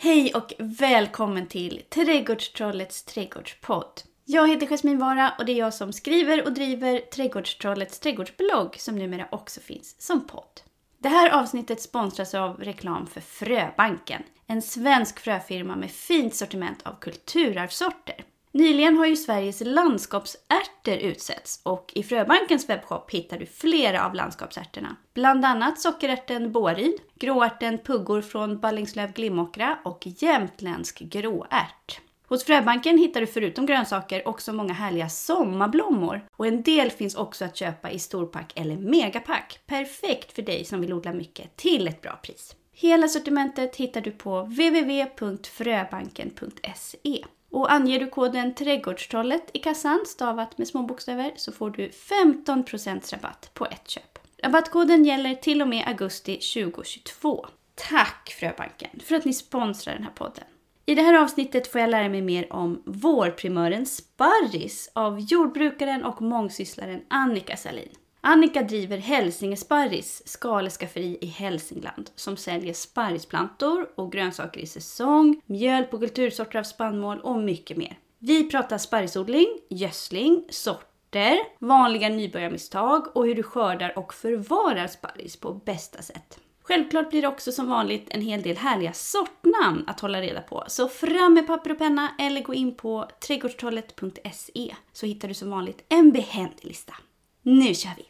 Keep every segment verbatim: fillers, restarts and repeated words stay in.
Hej och välkommen till Trädgårdstrollets trädgårdspodd. Jag heter Jasmin Vara och det är jag som skriver och driver Trädgårdstrollets trädgårdsblogg som numera också finns som podd. Det här avsnittet sponsras av reklam för Fröbanken, en svensk fröfirma med fint sortiment av kulturarvssorter. Nyligen har ju Sveriges landskapsärter utsetts och i Fröbankens webbshop hittar du flera av landskapsärterna. Bland annat sockerärten Båryd, gråärten puggor från Ballingslöv Glimåkra och jämtländsk gråärt. Hos Fröbanken hittar du förutom grönsaker också många härliga sommarblommor och en del finns också att köpa i storpack eller megapack. Perfekt för dig som vill odla mycket till ett bra pris. Hela sortimentet hittar du på w w w punkt fröbanken punkt se. Och anger du koden trädgårdstrollet i kassan, stavat med små bokstäver, så får du femton procent rabatt på ett köp. Rabattkoden gäller till och med augusti tjugohundratjugotvå. Tack Fröbanken för att ni sponsrar den här podden. I det här avsnittet får jag lära mig mer om vårprimören sparris av jordbrukaren och mångsysslaren Annika Salin. Annika driver Hälsinge Sparris, skaleskafferi i Hälsingland, som säljer sparrisplantor och grönsaker i säsong, mjöl på kultursorter av spannmål och mycket mer. Vi pratar sparrisodling, gödsling, sorter, vanliga nybörjarmisstag och hur du skördar och förvarar sparris på bästa sätt. Självklart blir det också som vanligt en hel del härliga sortnamn att hålla reda på. Så fram med papper och penna eller gå in på trädgårdstrollet punkt se så hittar du som vanligt en behändig lista. Nu kör vi!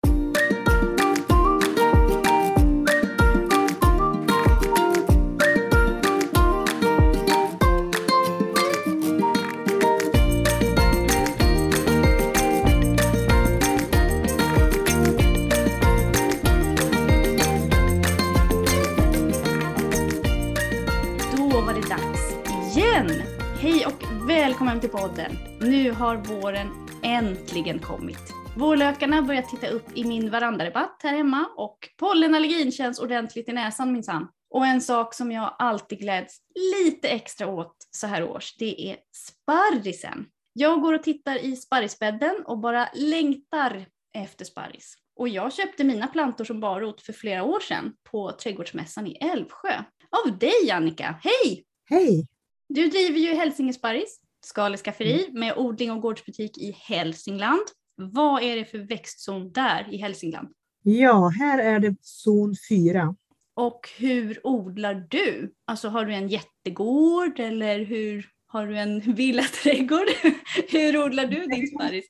Då var det dags igen! Hej och välkommen till podden! Nu har våren äntligen kommit. Vårlökarna börjar titta upp i min verandadebatt här hemma och pollenallergin känns ordentligt i näsan minsann. Och en sak som jag alltid gläds lite extra åt så här års, det är sparrisen. Jag går och tittar i sparrisbädden och bara längtar efter sparris. Och jag köpte mina plantor som barrot för flera år sedan på trädgårdsmässan i Älvsjö. Av dig Annika, hej! Hej! Du driver ju Hälsinge Sparris, skaleskafferi med odling och gårdsbutik i Hälsingland. Vad är det för växtzon där i Hälsingland? Ja, här är det zon fyra. Och hur odlar du? Alltså har du en jättegård eller hur har du en villaträdgård? Hur odlar du din sparris?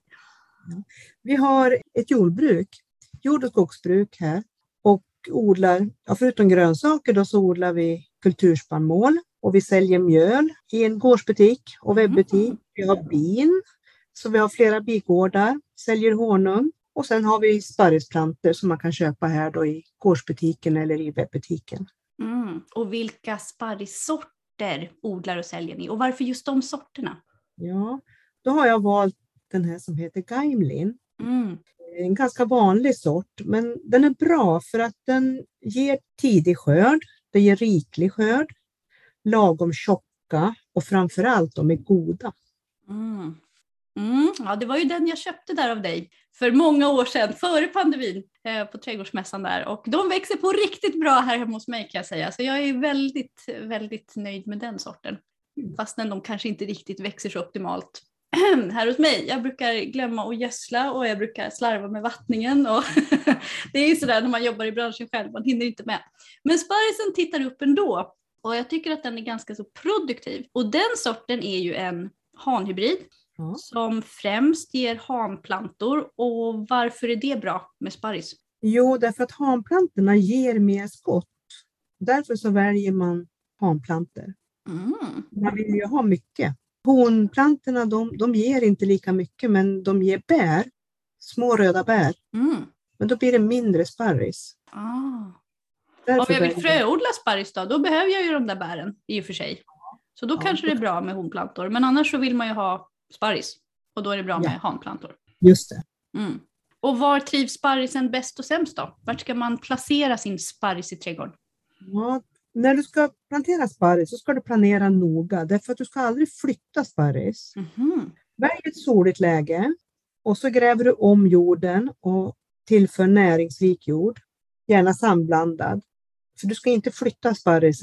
Vi har ett jordbruk, jord- och skogsbruk här. Och odlar, ja, förutom grönsaker då, så odlar vi kulturspannmål. Och vi säljer mjöl i en gårdsbutik och webbutik. Mm. Vi har bin. Så vi har flera bigårdar, säljer honung och sen har vi sparrisplantor som man kan köpa här då i gårdsbutiken eller i webbutiken. Mm. Och vilka sparrissorter odlar och säljer ni? Och varför just de sorterna? Ja, då har jag valt den här som heter Gaimlin. Mm. En ganska vanlig sort, men den är bra för att den ger tidig skörd, den ger riklig skörd, lagom tjocka och framförallt de är goda. Mm. Mm, ja, det var ju den jag köpte där av dig för många år sedan, före pandemin eh, på trädgårdsmässan där. Och de växer på riktigt bra här hemma hos mig kan jag säga. Så jag är väldigt, väldigt nöjd med den sorten. Fastän de kanske inte riktigt växer så optimalt här hos mig. Jag brukar glömma att gödsla och jag brukar slarva med vattningen. Och det är ju sådär när man jobbar i branschen själv, man hinner inte med. Men sparrisen tittar upp ändå och jag tycker att den är ganska så produktiv. Och den sorten är ju en hanhybrid. Ja. Som främst ger hanplantor. Och varför är det bra med sparris? Jo, därför att hanplantorna ger mer skott. Därför så väljer man hanplantor. Mm. Man vill ju ha mycket. Honplantorna de, de ger inte lika mycket, men de ger bär. Små röda bär. Mm. Men då blir det mindre sparris. Ah. Om jag vill fröodla sparris då, då behöver jag ju de där bären i och för sig. Så då ja, kanske det är bra med honplantor. Men annars så vill man ju ha sparris. Och då är det bra med ja. hanplantor. Just det. Mm. Och var trivs sparrisen bäst och sämst då? Vart ska man placera sin sparris i trädgården? Ja, när du ska plantera sparris så ska du planera noga. Därför att du ska aldrig flytta sparris. Mm-hmm. Välj ett soligt läge. Och så gräver du om jorden och tillför näringsrik jord. Gärna samblandad. För du ska inte flytta sparrisen.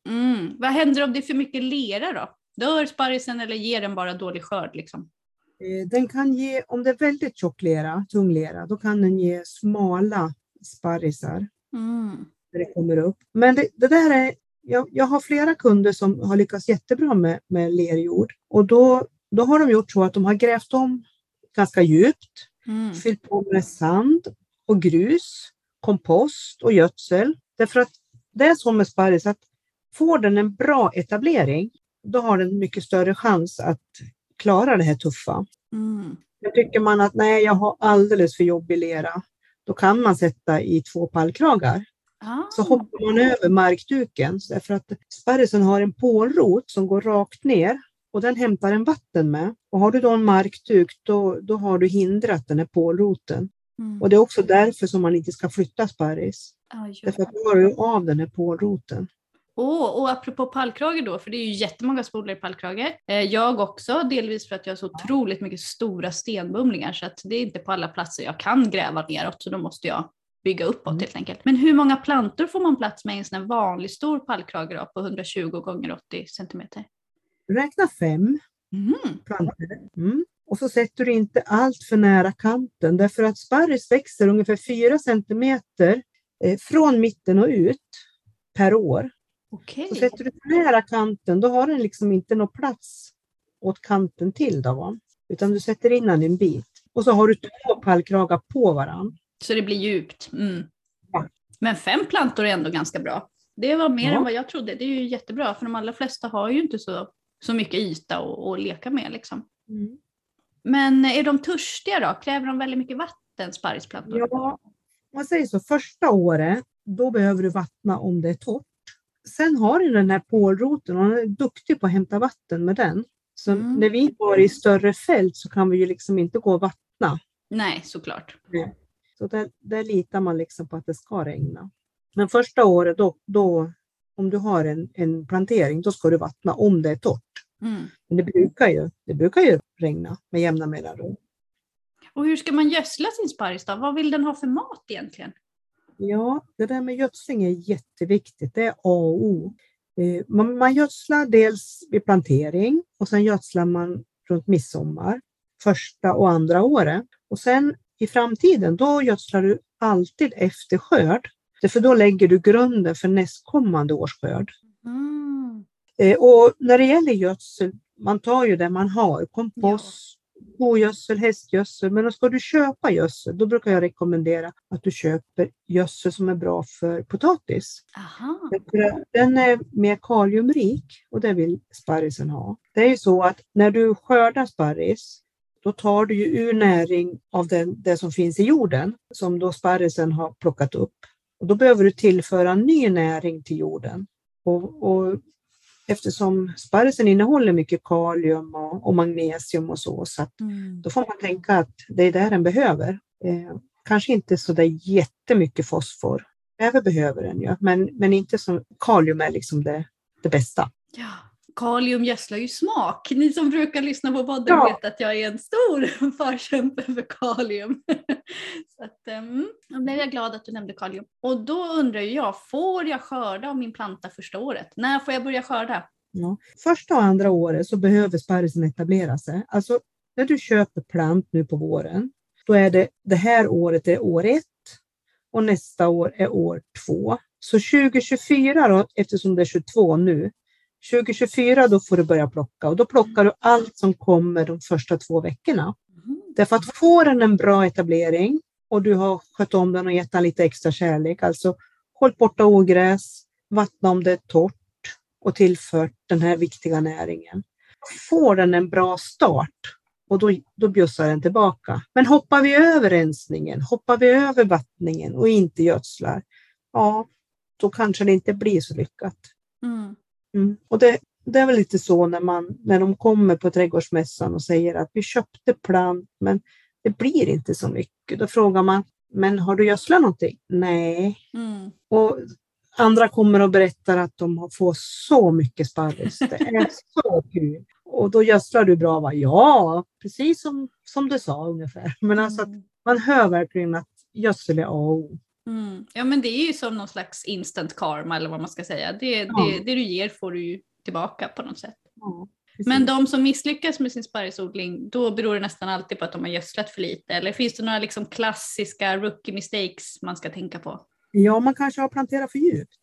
Mm. Vad händer om det är för mycket lera då? Dör sparrisen eller ger den bara dålig skörd liksom? Den kan ge, om det är väldigt tjock lera, tung lera, då kan den ge smala sparrisar. Mm. När det kommer upp. Men det, det där är, jag, jag har flera kunder som har lyckats jättebra med, med lerjord. Och då, då har de gjort så att de har grävt om ganska djupt. Mm. Fyllt på med sand och grus, kompost och gödsel. Därför att det är så med sparris att får den en bra etablering, då har den mycket större chans att klara det här tuffa. Mm. Jag tycker man att nej, jag har alldeles för jobbig lera, då kan man sätta i två pallkragar. Ah. Så hoppar man över markduken, därför att sparrisen har en pålrot som går rakt ner och den hämtar en vatten med. Och har du då en markduk, då, då har du hindrat den här pålroten. Mm. Och det är också därför som man inte ska flytta sparris. Ah, därför att då har du av den här pålroten. Oh, och apropå pallkrage då, för det är ju jättemånga spolar i pallkrage. Eh, jag också, delvis för att jag har så otroligt mycket stora stenbumlingar så att det är inte på alla platser jag kan gräva neråt, så då måste jag bygga uppåt mm. helt enkelt. Men hur många plantor får man plats med i en sån här vanlig stor pallkrage då, på hundratjugo gånger åttio centimeter? Räkna fem mm. plantor. Mm. Och så sätter du inte allt för nära kanten, därför att sparris växer ungefär fyra centimeter eh, från mitten och ut per år. Okay. Så sätter du för nära kanten, då har den liksom inte någon plats åt kanten till då, va? Utan du sätter in den en bit. Och så har du två pallkragar på varann. Så det blir djupt. Mm. Ja. Men fem plantor är ändå ganska bra. Det var mer ja. än vad jag trodde. Det är ju jättebra, för de allra flesta har ju inte så, så mycket yta att, att leka med liksom. Mm. Men är de törstiga då? Kräver de väldigt mycket vatten, sparrisplantor? Ja, man säger så. Första året, då behöver du vattna om det är torrt. Sen har du den här pålroten och den är duktig på att hämta vatten med den. Så mm. när vi går i större fält så kan vi ju liksom inte gå och vattna. Nej, såklart. Ja. Så där, där litar man liksom på att det ska regna. Men första året då, då om du har en, en plantering, då ska du vattna om det är torrt. Mm. Men det brukar ju, det brukar ju regna med jämna mellanrum. Och hur ska man gödsla sin sparris då? Vad vill den ha för mat egentligen? Ja, det där med gödsling är jätteviktigt. Det är A och O. Man, man gödslar dels vid plantering och sen gödslar man runt midsommar, första och andra året. Och sen i framtiden, då gödslar du alltid efter skörd. För då lägger du grunden för nästkommande års skörd. Mm. Och när det gäller gödsel, man tar ju det man har, kompost, ja. kogödsel, hästgödsel. Men då ska du köpa gödsel, då brukar jag rekommendera att du köper gödsel som är bra för potatis. Aha. Den är mer kaliumrik och det vill sparrisen ha. Det är ju så att när du skördar sparris, då tar du ju ur näring av den, det som finns i jorden som då sparrisen har plockat upp. Och då behöver du tillföra ny näring till jorden. Och, och eftersom sparrisen innehåller mycket kalium och, och magnesium och så, så att mm. då får man tänka att det är där den behöver. Eh, kanske inte så där jättemycket fosfor. Även behöver den ju, men, men inte som kalium är liksom det, det bästa. Ja. Kalium gödslar ju smak. Ni som brukar lyssna på podden ja. vet att jag är en stor förkämpe för kalium. Så att, um, då blev jag glad att du nämnde kalium. Och då undrar jag, får jag skörda av min planta första året? När får jag börja skörda? Ja. Första och andra året så behöver sparrisen etablera sig. Alltså när du köper plant nu på våren, då är det det här året är år ett och nästa år är år två. Så tjugo tjugofyra då, eftersom det är tjugotvå nu, tjugo tjugofyra då får du börja plocka och då plockar du allt som kommer de första två veckorna. Mm. Därför att får den en bra etablering och du har skött om den och gett den lite extra kärlek, alltså håll borta ogräs, vattna om det är torrt och tillfört den här viktiga näringen. Får den en bra start och då, då bjussar den tillbaka. Men hoppar vi över rensningen, hoppar vi över vattningen och inte gödslar, ja då kanske det inte blir så lyckat. Mm. Mm. Och det, det är väl lite så när, man, när de kommer på trädgårdsmässan och säger att vi köpte plant men det blir inte så mycket. Då frågar man, men har du gödslat någonting? Nej. Mm. Och andra kommer och berättar att de får så mycket sparris. Det är så kul. Och då gödslar du bra, va? Ja, precis som, som du sa ungefär. Men alltså att man hör verkligen att gödsel är A och O. Mm. Ja, men det är ju som någon slags instant karma eller vad man ska säga. Det, Ja. det, det du ger får du ju tillbaka på något sätt. Ja, men de som misslyckas med sin sparrisodling, då beror det nästan alltid på att de har gödslat för lite. Eller finns det några liksom klassiska rookie mistakes man ska tänka på? Ja, man kanske har planterat för djupt.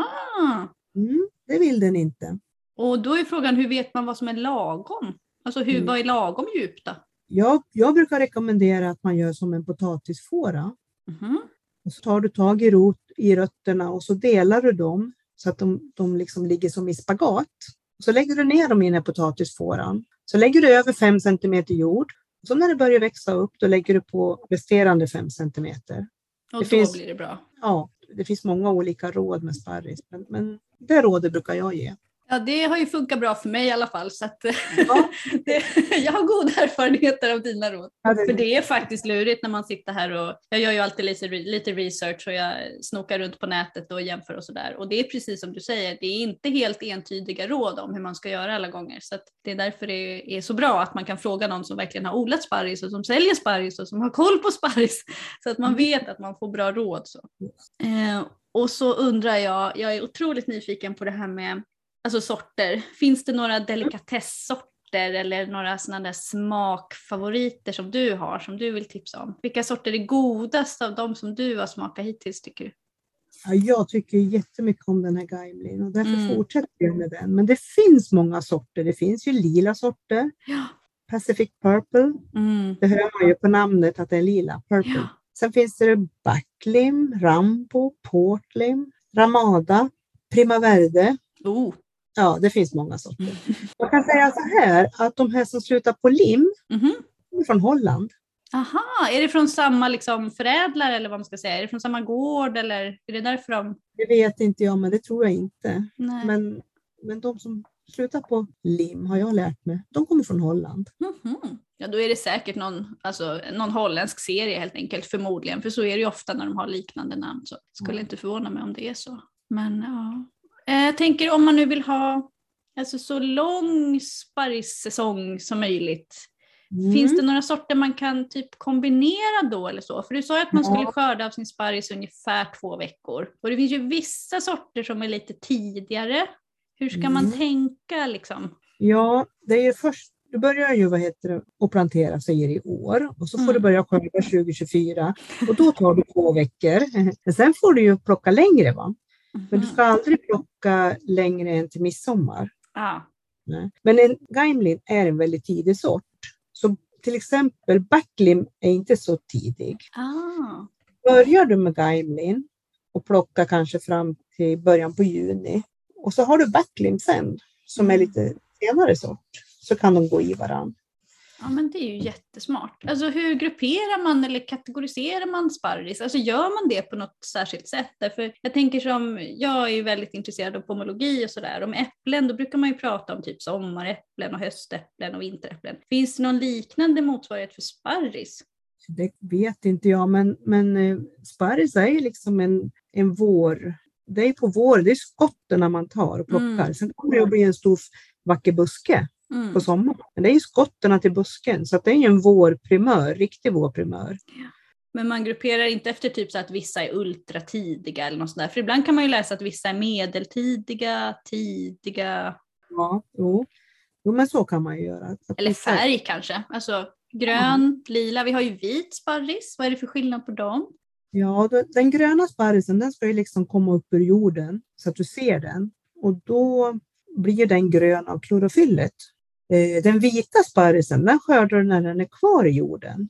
Ah. Mm, det vill den inte. Och då är frågan, hur vet man vad som är lagom? Alltså hur, mm. vad är lagom djup då? Jag, jag brukar rekommendera att man gör som en potatisfåra. Mm-hmm. Och så tar du tag i, rot, i rötterna och så delar du dem så att de, de liksom ligger som i spagat. Och så lägger du ner dem i den här potatisfåran. Så lägger du över fem centimeter jord. Och så när det börjar växa upp, då lägger du på resterande fem centimeter. Och det då finns, blir det bra. Ja, det finns många olika råd med sparris. Men, men det rådet brukar jag ge. Ja, det har ju funkat bra för mig i alla fall. Så att, ja. det, jag har goda erfarenheter av dina råd. Ja, det... För det är faktiskt lurigt när man sitter här och jag gör ju alltid lite, lite research och jag snokar runt på nätet och jämför och sådär. Och det är precis som du säger, det är inte helt entydiga råd om hur man ska göra alla gånger. Så att det är därför det är så bra att man kan fråga någon som verkligen har odlat sparris och som säljer sparris och som har koll på sparris. Så att man vet att man får bra råd. Så. Eh, och så undrar jag, jag är otroligt nyfiken på det här med alltså sorter. Finns det några delikatesssorter eller några sådana där smakfavoriter som du har, som du vill tipsa om? Vilka sorter är godast av de som du har smakat hittills tycker du? Ja, jag tycker jättemycket om den här Gaimlin och därför mm. fortsätter jag med den. Men det finns många sorter. Det finns ju lila sorter. Ja. Pacific Purple. Mm. Det hör man ju på namnet att det är lila. Purple. Ja. Sen finns det Backlim, Rambo, Portlim, Ramada, Primaverde. Oh. Ja, det finns många sorter. Jag kan säga så här, att de här som slutar på lim mm-hmm. är från Holland. Aha, är det från samma liksom förädlare eller vad man ska säga? Är det från samma gård eller är det därför de... Det vet inte jag, men det tror jag inte. Nej. Men, men de som slutar på lim har jag lärt mig. De kommer från Holland. Mm-hmm. Ja, då är det säkert någon, alltså, någon holländsk serie helt enkelt, förmodligen. För så är det ju ofta när de har liknande namn. Så skulle mm. inte förvåna mig om det är så. Men ja... Jag tänker om man nu vill ha alltså, så lång sparrissäsong som möjligt. Mm. Finns det några sorter man kan typ kombinera då eller så? För du sa att man skulle skörda av sin sparris ungefär två veckor. Och det finns ju vissa sorter som är lite tidigare. Hur ska mm. man tänka liksom? Ja, det är ju först, du börjar ju vad heter det, att plantera säger i år. Och så får mm. du börja skörda tjugo tjugofyra. Och då tar du två veckor. Men sen får du ju plocka längre va? Mm. Men du ska aldrig plocka längre än till midsommar. Ah. Nej. Men en Gaimlin är en väldigt tidig sort. Så till exempel Backlim är inte så tidig. Ah. Börjar du med Gaimlin och plocka kanske fram till början på juni. Och så har du Backlim sen som är lite senare sort. Så kan de gå i varann. Ja, men det är ju jättesmart. Alltså hur grupperar man eller kategoriserar man sparris? Alltså gör man det på något särskilt sätt? Därför jag tänker som, jag är ju väldigt intresserad av pomologi och sådär. Om äpplen, då brukar man ju prata om typ sommaräpplen och höstäpplen och vinteräpplen. Finns det någon liknande motsvarighet för sparris? Det vet inte jag, men, men eh, sparris är ju liksom en, en vår. Det är på vår, det är skotterna man tar och plockar. Mm. Sen kommer det att bli en stor vacker buske. Mm. På sommaren. Men det är ju skotterna till busken. Så att det är ju en vårprimör. Riktig vårprimör. Ja. Men man grupperar inte efter typ så att vissa är ultratidiga eller något sånt där. För ibland kan man ju läsa att vissa är medeltidiga, tidiga. Ja, jo. Jo men så kan man ju göra. Eller färg kanske. Alltså grön, ja. Lila. Vi har ju vit sparris. Vad är det för skillnad på dem? Ja, den gröna sparrisen den ska ju liksom komma upp ur jorden. Så att du ser den. Och då blir den grön av klorofyllet. Den vita sparrisen, den skördar du när den är kvar i jorden.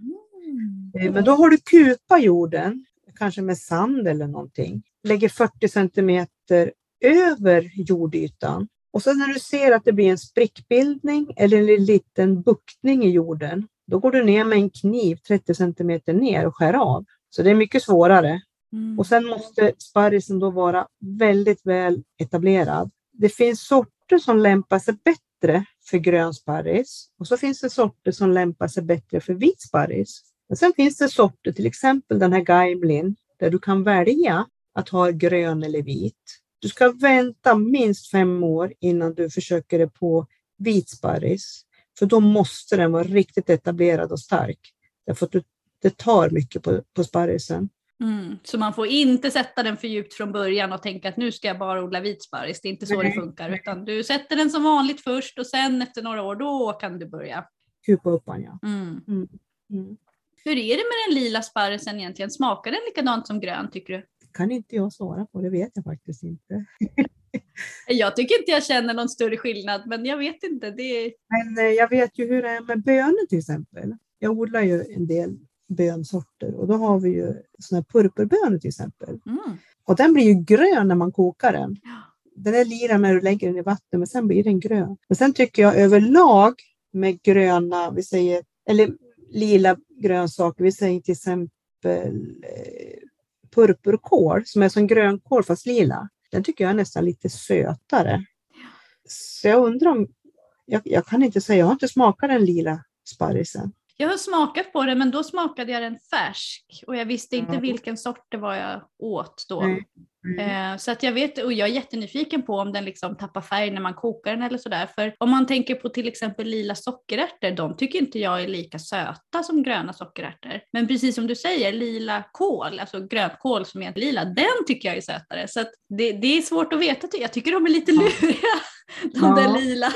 Mm. Men då har du kupa jorden, kanske med sand eller någonting. Lägger fyrtio centimeter över jordytan. Och sen när du ser att det blir en sprickbildning eller en liten buktning i jorden. Då går du ner med en kniv trettio centimeter ner och skär av. Så det är mycket svårare. Mm. Och sen måste sparrisen då vara väldigt väl etablerad. Det finns sorter som lämpar sig bättre för grön sparris. Och så finns det sorter som lämpar sig bättre för vit sparris. Och sen finns det sorter, till exempel den här Gaimlin, där du kan välja att ha grön eller vit. Du ska vänta minst fem år innan du försöker det på vit sparris. För då måste den vara riktigt etablerad och stark. Därför att det tar mycket på, på sparrisen. Mm. Så man får inte sätta den för djupt från början och tänka att nu ska jag bara odla vitsparris. Det är inte så Nej. det funkar, utan du sätter den som vanligt först och sen efter några år då kan du börja. Kupa upp den, ja. Mm. Mm. Mm. Hur är det med den lila sparrisen egentligen? Smakar den likadant som grön tycker du? Kan inte jag svara på, det vet jag faktiskt inte. Jag tycker inte jag känner någon större skillnad, men jag vet inte. Det är... Men eh, jag vet ju hur det är med bönor till exempel. Jag odlar ju en del bönsorter och då har vi ju såna här purpurbönor till exempel. Mm. Och den blir ju grön när man kokar den. Den är lila när du lägger den i vatten, men sen blir den grön. Men sen tycker jag överlag med gröna, vi säger, eller lila grönsaker, vi säger till exempel eh, purpurkål som är som grönkål fast lila. Den tycker jag är nästan lite sötare. Så jag undrar om, jag, jag kan inte säga, jag har inte smakat den lila sparrisen. Jag har smakat på det, men då smakade jag den färsk. Och jag visste inte Ja. vilken sort det var jag åt då. Nej. Mm. Eh, så att jag vet, och jag är jättenyfiken på om den liksom tappar färg när man kokar den eller sådär. För om man tänker på till exempel lila sockerärtor, de tycker inte jag är lika söta som gröna sockerärtor. Men precis som du säger, lila kål, alltså grönkål som är lila, den tycker jag är sötare. Så att det, det är svårt att veta. Jag tycker de är lite luriga, de Ja. där lila.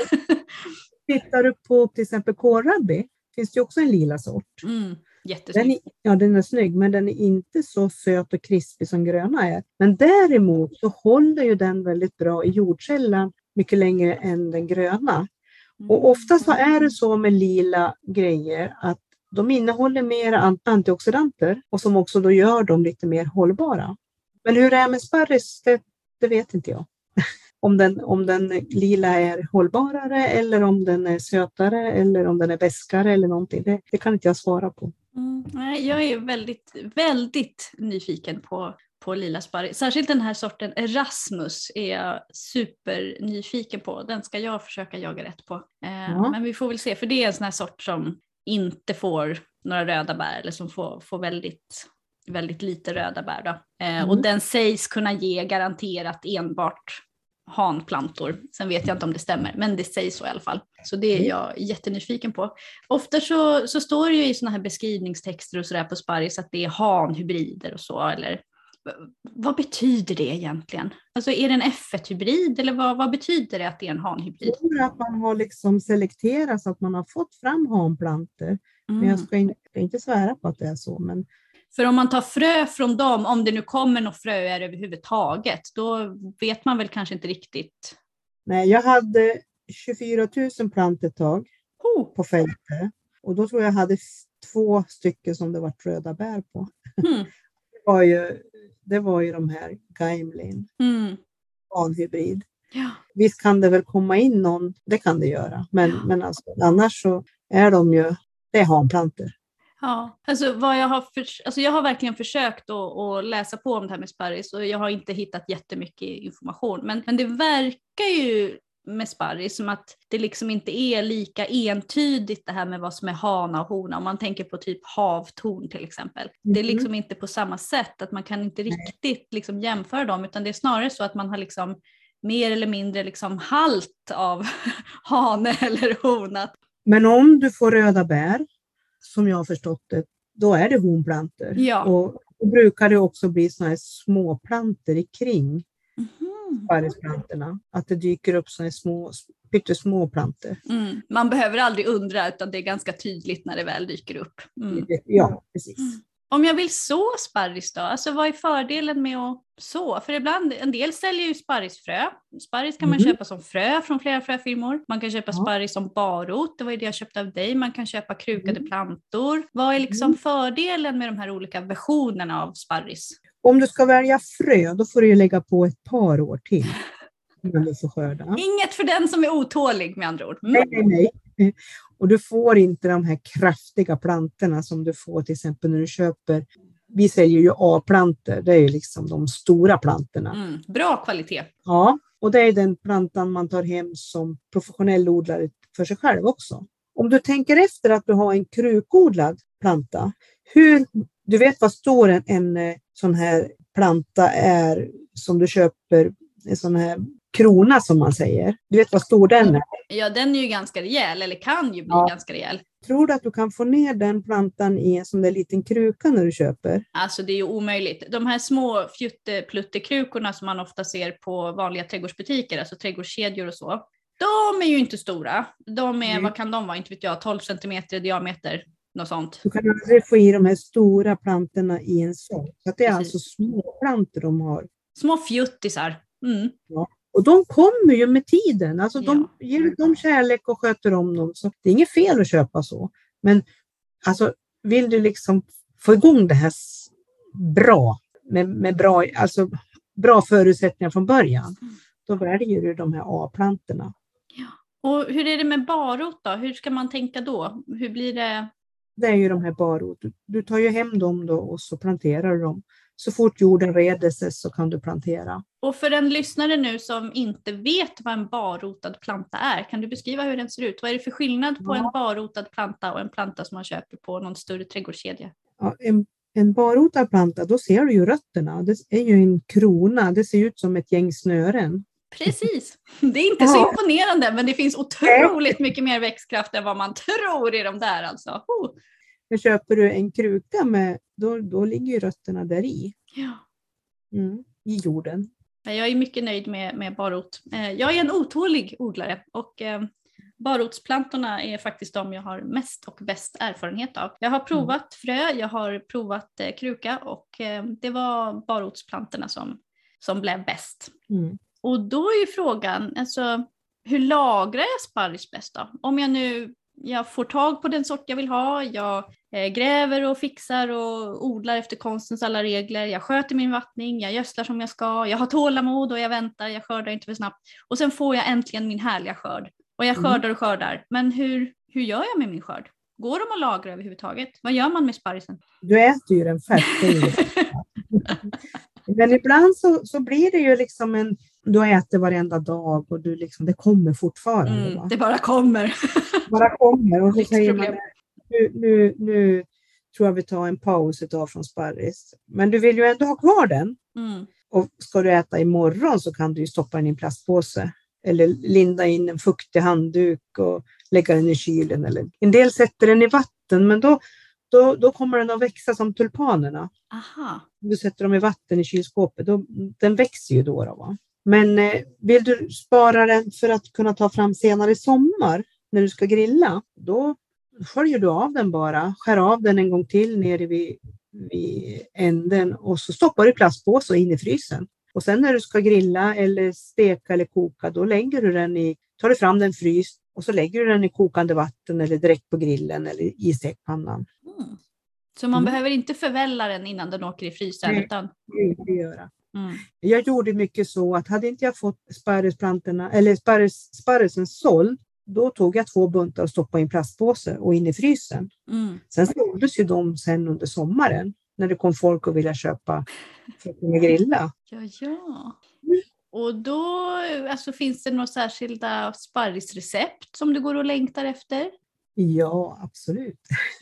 Tittar du på till exempel kålrabbi, finns det också en lila sort. Mm, jättesnygg. Den är, ja, den är snygg, men den är inte så söt och krispig som gröna är. Men däremot så håller ju den väldigt bra i jordkällan mycket längre än den gröna. Och oftast så är det så med lila grejer att de innehåller mer antioxidanter och som också då gör dem lite mer hållbara. Men hur det är med sparris, det, det vet inte jag. Om den, om den lila är hållbarare eller om den är sötare eller om den är beskare eller någonting. Det, det kan inte jag svara på. Mm, nej, jag är väldigt, väldigt nyfiken på, på lila sparris. Särskilt den här sorten Erasmus är jag supernyfiken på. Den ska jag försöka jaga rätt på. Eh, Ja. Men vi får väl se, för det är en sån här sort som inte får några röda bär eller som får, får väldigt, väldigt lite röda bär. Då. Eh, Mm. Och den sägs kunna ge garanterat enbart hanplantor. Sen vet jag inte om det stämmer, men det sägs så i alla fall. Så det är jag jättenyfiken på. Ofta så, så står det ju i såna här beskrivningstexter och sådär på sparris att det är hanhybrider och så. Eller, vad betyder det egentligen? Alltså är det en F ett-hybrid eller vad, vad betyder det att det är en hanhybrid? Jag tror att man har liksom selekterat så att man har fått fram hanplantor. Mm. Men jag ska inte, jag ska inte svära på att det är så. Men För om man tar frö från dem, om det nu kommer några fröer överhuvudtaget, då vet man väl kanske inte riktigt. nej, jag hade tjugofyra tusen plantor ett tag Oh. på fältet. Och då tror jag hade f- två stycken som det var röda bär på. Mm. Det var ju, det var ju de här Gaimlin, Mm. hanhybrid. Ja. Visst kan det väl komma in någon, det kan det göra. Men, Ja. men alltså, annars så är de ju, det är hanplantor. Ja, alltså vad jag har, för, alltså jag har verkligen försökt att, att läsa på om det här med sparris och jag har inte hittat jättemycket information. Men, men det verkar ju med sparris som att det liksom inte är lika entydigt det här med vad som är hana och hona. Om man tänker på typ havtorn till exempel. Det är Mhm. liksom inte på samma sätt att man kan inte riktigt liksom jämföra dem, utan det är snarare så att man har liksom mer eller mindre liksom halt av hane eller hona. Men om du får röda bär, som jag har förstått det, då är det honplantor. Ja. Och då brukar det också bli såna här små plantor i kring Mhm. sparrisplantorna. Att det dyker upp såna här små, pyttesmå plantor. Mm. Man behöver aldrig undra, utan det är ganska tydligt när det väl dyker upp. Mm. Ja, precis. Om jag vill så sparris då, alltså vad är fördelen med att så? För ibland, en del säljer ju sparrisfrö. Sparris kan man Mm. köpa som frö från flera fröfirmor. Man kan köpa Ja. sparris som barrot, det var ju det jag köpte av dig. Man kan köpa krukade Mm. plantor. Vad är liksom Mm. fördelen med de här olika versionerna av sparris? Om du ska välja frö, då får du ju lägga på ett par år till. Innan du får skörda. Inget för den som är otålig med andra ord. Mm. Nej, nej, nej. Och du får inte de här kraftiga plantorna som du får till exempel när du köper. Vi säljer ju A-plantor, det är ju liksom de stora plantorna. Mm. Bra kvalitet. Ja, och det är den plantan man tar hem som professionell odlare för sig själv också. Om du tänker efter att du har en krukodlad planta, hur, du vet vad stor en, en sån här planta är som du köper, en sån här krona som man säger. Du vet vad stor den är? Ja, den är ju ganska rejäl, eller kan ju bli Ja. ganska rejäl. Tror du att du kan få ner den plantan i en sån där liten kruka när du köper? Alltså det är ju omöjligt. De här små fjuttepluttekrukorna som man ofta ser på vanliga trädgårdsbutiker, alltså trädgårdskedjor och så. De är ju inte stora. De är, Mm. vad kan de vara? Inte vet jag, tolv centimeter i diameter. Något sånt. Du kan aldrig få i de här stora plantorna i en sån. Så att det är Precis. alltså små plantor de har. Små fjuttisar. Mm. Ja. Och de kommer ju med tiden. Alltså de Ja. ger dem kärlek och sköter om dem. Så det är inget fel att köpa så. Men alltså, vill du liksom få igång det här s- bra, med, med bra, alltså, bra förutsättningar från början, då väljer du de här A-plantorna. Och hur är det med barrot då? Hur ska man tänka då? Hur blir det? Det är ju de här barrot. Du, du tar ju hem dem då och så planterar du dem. Så fort jorden reder sig så kan du plantera. Och för en lyssnare nu som inte vet vad en barrotad planta är, kan du beskriva hur den ser ut? Vad är det för skillnad på Ja. en barrotad planta och en planta som man köper på någon större trädgårdskedja? Ja, en, en barrotad planta, då ser du ju rötterna. Det är ju en krona. Det ser ut som ett gäng snören. Precis, det är inte så Ja. imponerande, men det finns otroligt mycket mer växtkraft än vad man tror i de där alltså. Oh. Men köper du en kruka med, då, då ligger ju rötterna där i. Ja. Mm, i jorden. Jag är mycket nöjd med, med barrot. Eh, Jag är en otålig odlare och eh, barrotsplantorna är faktiskt de jag har mest och bäst erfarenhet av. Jag har provat frö, jag har provat eh, kruka och eh, det var barrotsplantorna som, som blev bäst. Mm. Och då är ju frågan, alltså, hur lagrar jag sparris bäst då? Om jag nu jag får tag på den sort jag vill ha, jag eh, gräver och fixar och odlar efter konstens alla regler, jag sköter min vattning, jag gödslar som jag ska, jag har tålamod och jag väntar, jag skördar inte för snabbt. Och sen får jag äntligen min härliga skörd. Och jag Mm. skördar och skördar. Men hur, hur gör jag med min skörd? Går de att lagra överhuvudtaget? Vad gör man med sparrisen? Du äter ju den färsk. det är ju det. Men ibland så, så blir det ju liksom en, du äter varenda dag och du liksom, det kommer fortfarande. Mm, Va? det bara kommer. bara kommer och så säger man Lyxproblem. nu, nu, nu tror jag vi tar en paus ett tag från sparris. Men du vill ju ändå ha kvar den. Mm. Och ska du äta imorgon så kan du ju stoppa den i en plastpåse. Eller linda in en fuktig handduk och lägga den i kylen. Eller. En del sätter den i vatten, men då, då, då kommer den att växa som tulpanerna. Aha. Om du sätter dem i vatten i kylskåpet, då, den växer ju då. då va? Men eh, vill du spara den för att kunna ta fram senare i sommar när du ska grilla, då sköljer du av den bara. Skär av den en gång till nere vid, vid änden och så stoppar du i plastpåse och in i frysen. Och sen när du ska grilla eller steka eller koka, då lägger du den i, tar du fram den fryst och så lägger du den i kokande vatten eller direkt på grillen eller i stekpannan. Mm. Så man Mm. behöver inte förvälla den innan den åker i frysen? Nej. Utan... Det vill jag göra. Mm. Jag gjorde mycket så att hade inte jag fått sparrisplantorna eller sparris, sparrisen såld, då tog jag två buntar och stoppade i en plastpåse och in i frysen. Mm. Sen såldes ju de sen under sommaren när det kom folk och ville köpa för att kunna grilla. Ja, ja. Och då alltså, finns det några särskilda sparrisrecept som du går och längtar efter? Ja, absolut.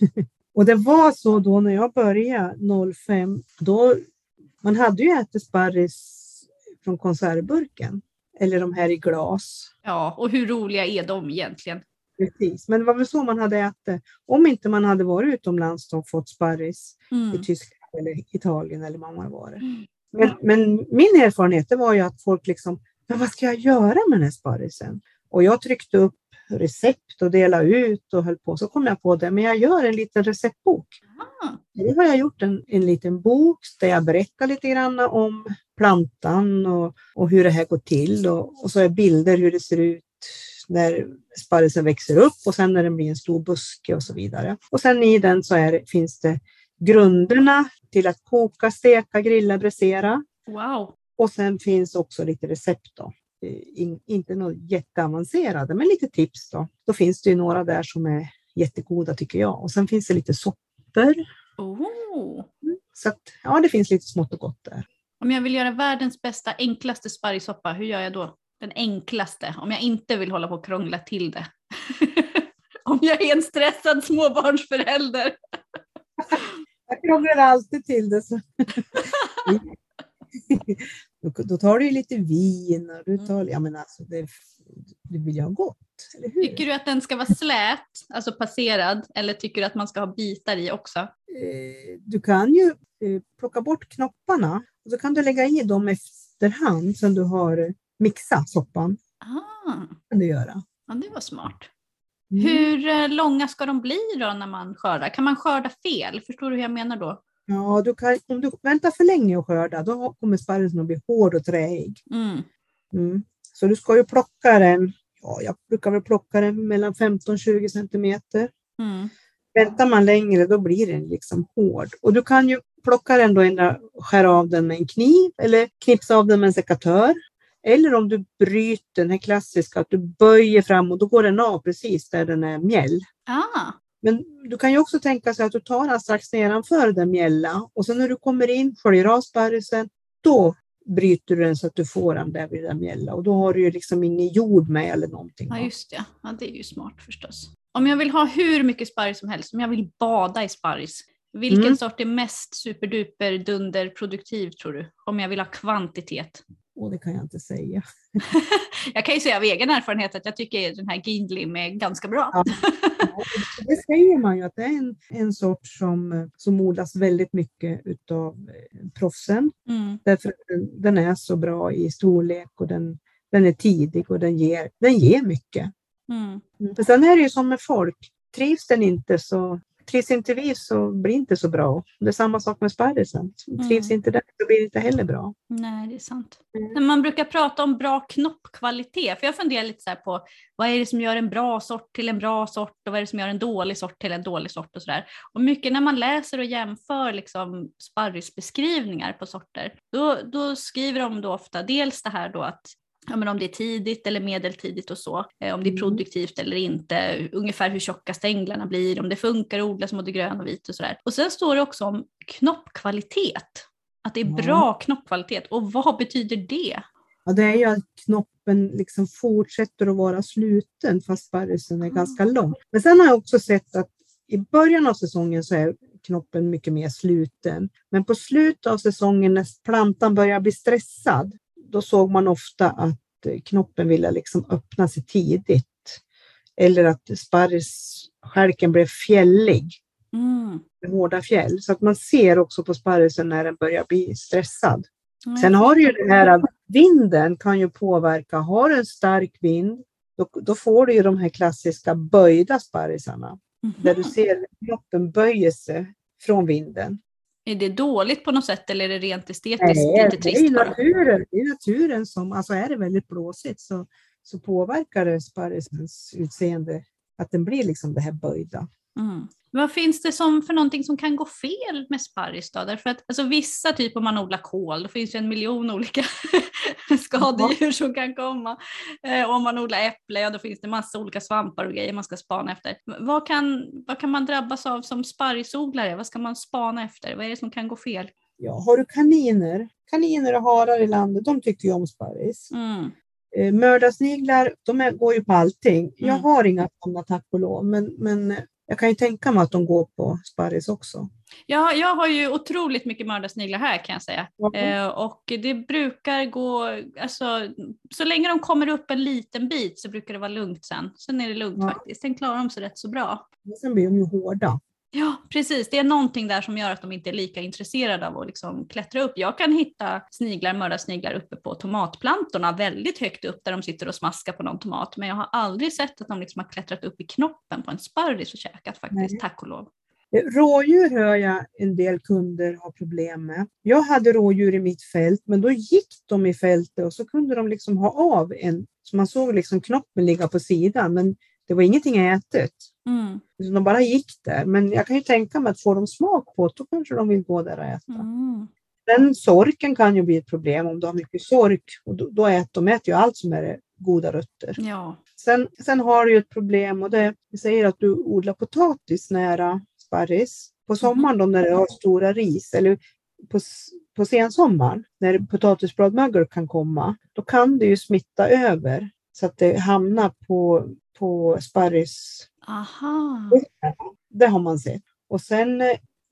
Och det var så då när jag började noll fem, då man hade ju ätit sparris från konservburken eller de här i glas. Ja, och hur roliga är de egentligen? Precis, men det var väl så man hade ätit. Om inte man hade varit utomlands och fått sparris Mm. i Tyskland eller Italien eller vad man var. Mm. Men, men min erfarenhet det var ju att folk liksom, men vad ska jag göra med den här sparrisen? Och jag tryckte upp recept och delade ut och höll på. Så kom jag på det, men jag gör en liten receptbok. Ah. Nu har jag gjort en, en liten bok där jag berättar lite grann om plantan och, och hur det här går till. Och, och så är bilder hur det ser ut när sparrisen växer upp och sen när den blir en stor buske och så vidare. Och sen i den så är, finns det grunderna till att koka, steka, grilla, bräsera. Wow. Och sen finns också lite recept då. In, inte något jätteavancerade, men lite tips då. Då finns det ju några där som är jättegoda tycker jag. Och sen finns det lite soppor. Oh. Så att, ja, det finns lite smått och gott där. Om jag vill göra världens bästa, enklaste sparrissoppa, hur gör jag då? Den enklaste, om jag inte vill hålla på och krångla till det. Om jag är en stressad småbarnsförälder. Jag krånglar alltid till det. Så. Då, då tar du ju lite vin och du tar, ja men alltså det, det vill jag ha gott, eller hur? Tycker du att den ska vara slät, alltså passerad, eller tycker du att man ska ha bitar i också? Eh, du kan ju eh, plocka bort knopparna och så kan du lägga i dem efterhand som du har mixat soppan. Ah, Kan du göra. ja, det var smart. Mm. Hur eh, långa ska de bli då när man skördar? Kan man skörda fel? Förstår du hur jag menar då? Ja, du kan, om du väntar för länge och skörda, då kommer sparrisen att bli hård och träig. Mm. Mm. Så du ska ju plocka den, ja, jag brukar väl plocka den mellan femton till tjugo centimeter. Mm. Väntar man längre, då blir den liksom hård. Och du kan ju plocka den då, ändra, skära av den med en kniv eller knipsa av den med en sekatör. Eller om du bryter den här klassiska, att du böjer fram och då går den av precis där den är mjäll. Ah. Men du kan ju också tänka sig att du tar den strax nedanför den mjälla och sen när du kommer in, sköljer av sparrisen, då bryter du den så att du får den där vid den mjälla. Och då har du ju liksom ingen jord med eller någonting. Ja, just det. Ja, det är ju smart förstås. Om jag vill ha hur mycket sparris som helst, om jag vill bada i sparris, vilken Mm. sort är mest superduper dunder produktiv tror du? Om jag vill ha kvantitet. Och det kan jag inte säga. Jag kan ju säga av egen erfarenhet att jag tycker den här Gindlim är ganska bra. Ja. Det säger man ju att det är en, en sort som, som odlas väldigt mycket utav proffsen. Mm. Därför att den, den är så bra i storlek och den, den är tidig och den ger, den ger mycket. Mm. Men sen är det ju som med folk. Trivs den inte så, trivs inte vi så blir det inte så bra. Det är samma sak med sparrisen. Trivs Mm. inte den så blir det inte heller bra. Nej, det är sant. Mm. När man brukar prata om bra knoppkvalitet, för jag funderar lite så här på vad är det som gör en bra sort till en bra sort och vad är det som gör en dålig sort till en dålig sort och sådär. Och mycket när man läser och jämför liksom sparrisbeskrivningar på sorter, då, då skriver de då ofta dels det här då att ja, men om det är tidigt eller medeltidigt och så, eh, om det är Mm. produktivt eller inte, ungefär hur tjocka stänglarna blir, om det funkar att odla som både grön och vit och sådär. Och sen står det också om knoppkvalitet, att det är Ja. bra knoppkvalitet. Och vad betyder det? Ja, det är ju att knoppen liksom fortsätter att vara sluten fast sparrisen är ganska lång. Men sen har jag också sett att i början av säsongen så är knoppen mycket mer sluten. Men på slutet av säsongen när plantan börjar bli stressad, då såg man ofta att knoppen ville liksom öppna sig tidigt. Eller att sparrisskälken blev fjällig. Mm. Hårda fjäll. Så att man ser också på sparrisen när den börjar bli stressad. Mm. Sen har du ju det här att vinden kan ju påverka. Har du en stark vind, då, då får du ju de här klassiska böjda sparrisarna. Mhm. Där du ser knoppen böjer sig från vinden. Är det dåligt på något sätt eller är det rent estetiskt Nej, lite det är trist ju bara? naturen, det är naturen som, alltså är det väldigt blåsigt så, så påverkar det sparrisens utseende. Att den blir liksom det här böjda. Mm. Vad finns det som för någonting som kan gå fel med sparris då? Därför att alltså, vissa typ om man odlar kål, då finns det en miljon olika skadedjur som kan komma. Eh, om man odlar äpple, ja, då finns det massa olika svampar och grejer man ska spana efter. Vad kan, vad kan man drabbas av som sparrisodlare? Vad ska man spana efter? Vad är det som kan gå fel? Ja, har du kaniner, kaniner och harar i landet, de tycker ju om sparris. Mm. Eh, mördarsniglar, de är, går ju på allting. Jag Mm. har inga sådana tack och lov, men, men jag kan ju tänka mig att de går på sparris också. Ja, jag har ju otroligt mycket mördarsniglar här kan jag säga. Ja. Eh, och det brukar gå, alltså, så länge de kommer upp en liten bit så brukar det vara lugnt sen. Sen är det lugnt Ja. faktiskt. Sen klarar de sig rätt så bra. Men sen blir de ju hårda. Ja, precis. Det är någonting där som gör att de inte är lika intresserade av att liksom klättra upp. Jag kan hitta sniglar, mördarsniglar uppe på tomatplantorna väldigt högt upp där de sitter och smaskar på någon tomat. Men jag har aldrig sett att de liksom har klättrat upp i knoppen på en sparris och käkat faktiskt, Nej. tack och lov. Rådjur hör jag en del kunder ha problem med. Jag hade rådjur i mitt fält, men då gick de i fältet och så kunde de liksom ha av en, så man såg liksom knoppen ligga på sidan, men det var ingenting ätet. Mm. Så de bara gick där. Men jag kan ju tänka mig att får de smak på det, då kanske de vill gå där och äta. Mm. Den sorken kan ju bli ett problem om du har mycket sork. Och då, då äter de äter ju allt som är goda rötter. Ja. Sen, sen har du ju ett problem och det vi säger att du odlar potatis nära sparris. På sommaren då när du har stora ris eller på, på sensommaren när potatisbladmögel kan komma. Då kan det ju smitta över så att det hamnar på, på sparris. Aha. Det har man sett. Och sen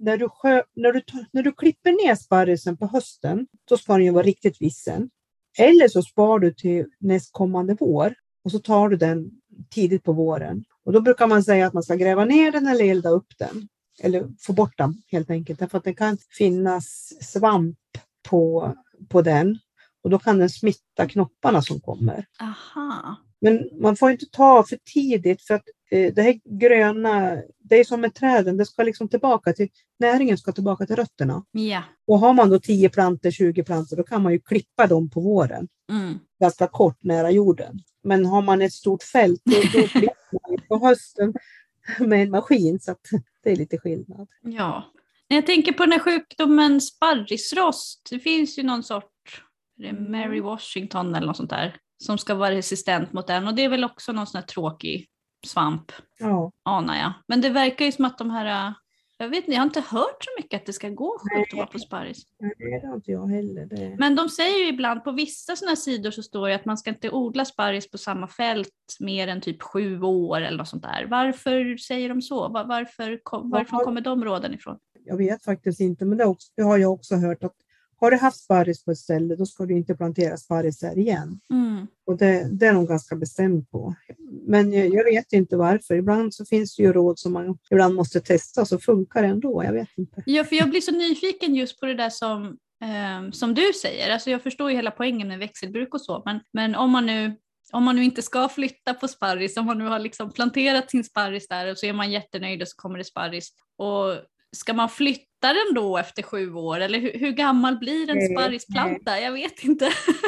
när du, skö, när, du, när du klipper ner sparrisen på hösten, då ska den ju vara riktigt vissen. Eller så spar du till nästkommande vår och så tar du den tidigt på våren. Och då brukar man säga att man ska gräva ner den eller elda upp den. Eller få bort den helt enkelt. Därför att det kan finnas svamp på, på den. Och då kan den smitta knopparna som kommer. Aha. Men man får inte ta för tidigt för att eh, det här gröna, det är som med träden, det ska liksom tillbaka till, näringen ska tillbaka till rötterna. Ja. Och har man då tio plantor, tjugo plantor, då kan man ju klippa dem på våren. Mm. Ganska kort nära jorden. Men har man ett stort fält, då, då klipper man på hösten med en maskin, så att det är lite skillnad. Ja. När jag tänker på den här sjukdomen sparrisrost, det finns ju någon sort, det är Mary Washington eller något sånt där, som ska vara resistent mot den. Och det är väl också någon sån här tråkig svamp, Ja. anar jag. Men det verkar ju som att de här, jag vet inte, jag har inte hört så mycket att det ska gå sjukdomar på sparris. Nej, det har inte jag heller. Det... Men de säger ju ibland, på vissa sådana sidor så står det att man ska inte odla sparris på samma fält mer än typ sju år eller något sånt där. Varför säger de så? Var, varför kom, varifrån kommer de råden ifrån? Jag vet faktiskt inte, men det, också, det har jag också hört att har du haft sparris på ett ställe, då ska du inte plantera sparris där igen. Mm. Och det, det är de ganska bestämd på. Men jag, jag vet inte varför. Ibland så finns det ju råd som man ibland måste testa, så funkar det ändå. Jag vet inte. Ja, för jag blir så nyfiken just på det där som, eh, som du säger. Alltså jag förstår ju hela poängen med växelbruk och så. Men, men om man nu... Om man nu inte ska flytta på sparris, om man nu har liksom planterat sin sparris där och så är man jättenöjd och så kommer det sparris. Och ska man flytta den då efter sju år? Eller hur, hur gammal blir en sparrisplanta? Jag vet inte.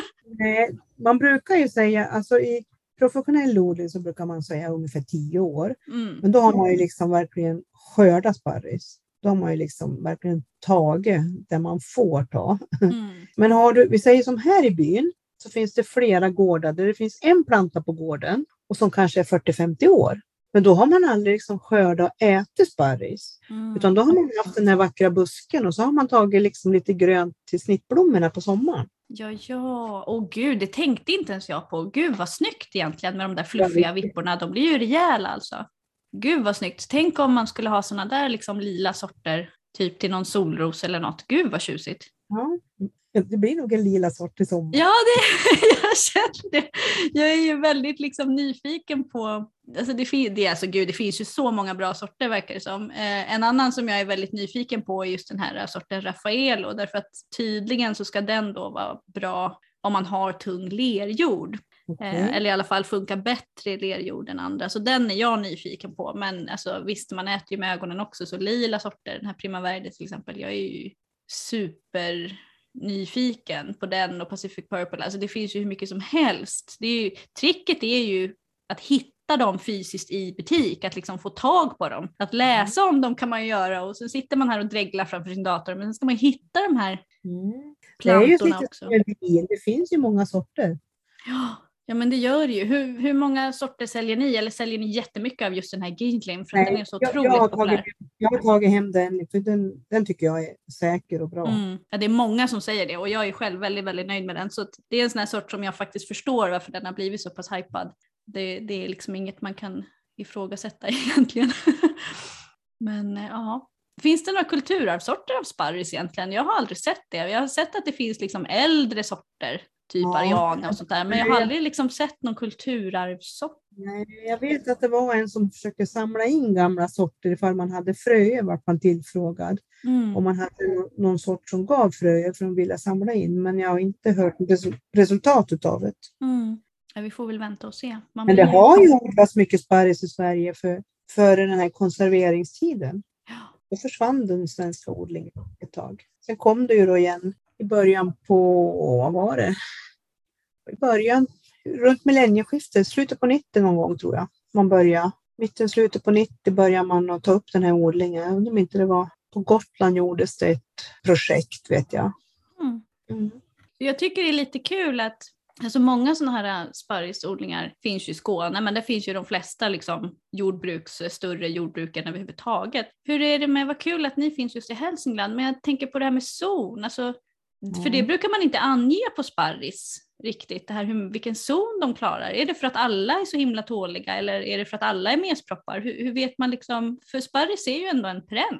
Nej, man brukar ju säga, alltså i professionell odling så brukar man säga ungefär tio år. Mm. Men då har man ju liksom verkligen skördat sparris. Då har man ju liksom verkligen tagit det man får ta. Mm. Men har du, vi säger som här i byn, så finns det flera gårdar där det finns en planta på gården och som kanske är fyrtio femtio år. Men då har man aldrig liksom skördat och ätit sparris. Mm. Utan då har man haft den här vackra busken och så har man tagit liksom lite grönt till snittblommorna på sommaren. Ja, ja. Åh gud, det tänkte inte ens jag på. Gud vad snyggt egentligen med de där fluffiga vipporna. De blir ju rejäla alltså. Gud vad snyggt. Tänk om man skulle ha såna där liksom lila sorter. Typ till någon solros eller något. Gud vad tjusigt. Ja, det blir nog en lila sort i sommar. Ja, det, jag känner det. Jag är ju väldigt liksom nyfiken på... Alltså det, det, alltså, gud, det finns ju så många bra sorter verkar det som. Eh, en annan som jag är väldigt nyfiken på är just den här sorten Raffaello. Därför att tydligen så ska den då vara bra om man har tung lerjord. Okay. Eh, eller i alla fall funkar bättre i lerjord än andra. Så den är jag nyfiken på. Men alltså, visst, man äter ju med ögonen också. Så lila sorter, den här Primaverde till exempel. Jag är ju super... nyfiken på den och Pacific Purple. Alltså det finns ju hur mycket som helst. Det är ju, tricket är ju att hitta dem fysiskt i butik, att liksom få tag på dem. Att läsa om dem kan man ju göra och så sitter man här och dreglar framför sin dator, men sen ska man hitta de här mm. plantorna det är ju lite också. Det finns ju många sorter. Ja, ja, men det gör det ju. Hur, hur många sorter säljer ni? Eller säljer ni jättemycket av just den här Gainflame? För att Nej, den är så jag, otroligt jag har populär. tagit, jag har tagit hem den, för den, den tycker jag är säker och bra. Mm. Ja, det är många som säger det och jag är själv väldigt, väldigt nöjd med den. Så det är en sån här sort som jag faktiskt förstår varför den har blivit så pass hypad. Det, det är liksom inget man kan ifrågasätta egentligen. Men ja, finns det några kulturarvsorter av sparris egentligen? Jag har aldrig sett det. Jag har sett att det finns liksom äldre sorter, typ ja. Ariana och sånt där. Men jag har aldrig liksom sett någon kulturarvsort. Nej, jag vet att det var en som försökte samla in gamla sorter ifall man hade fröer, vart man tillfrågad. Mm. Om man hade någon sort som gav fröer för att vilja samla in. Men jag har inte hört resultatet av det. Mm. Ja, vi får väl vänta och se. Man men det blir... har ju odlats mycket sparris i Sverige för, före den här konserveringstiden. Ja. Då försvann den svenska odlingen ett tag. Sen kom det ju då igen i början på, vad var det? I början, runt millennieskiftet, slutet på nittio någon gång tror jag. Man börjar, mitten, slutet på nittio börjar man att ta upp den här odlingen. Jag undrar om inte det var, på Gotland gjordes det ett projekt vet jag. Mm. Mm. Jag tycker det är lite kul att alltså många sådana här sparrisodlingar finns ju i Skåne, men det finns ju de flesta liksom jordbruks, större jordbruken överhuvudtaget. Hur är det med, vad kul att ni finns just i Hälsingland, men jag tänker på det här med zon, alltså, mm. för det brukar man inte ange på sparris riktigt, det här hur, vilken zon de klarar. Är det för att alla är så himla tåliga eller är det för att alla är mesproppar? Hur, hur vet man liksom, för sparris är ju ändå en perenn.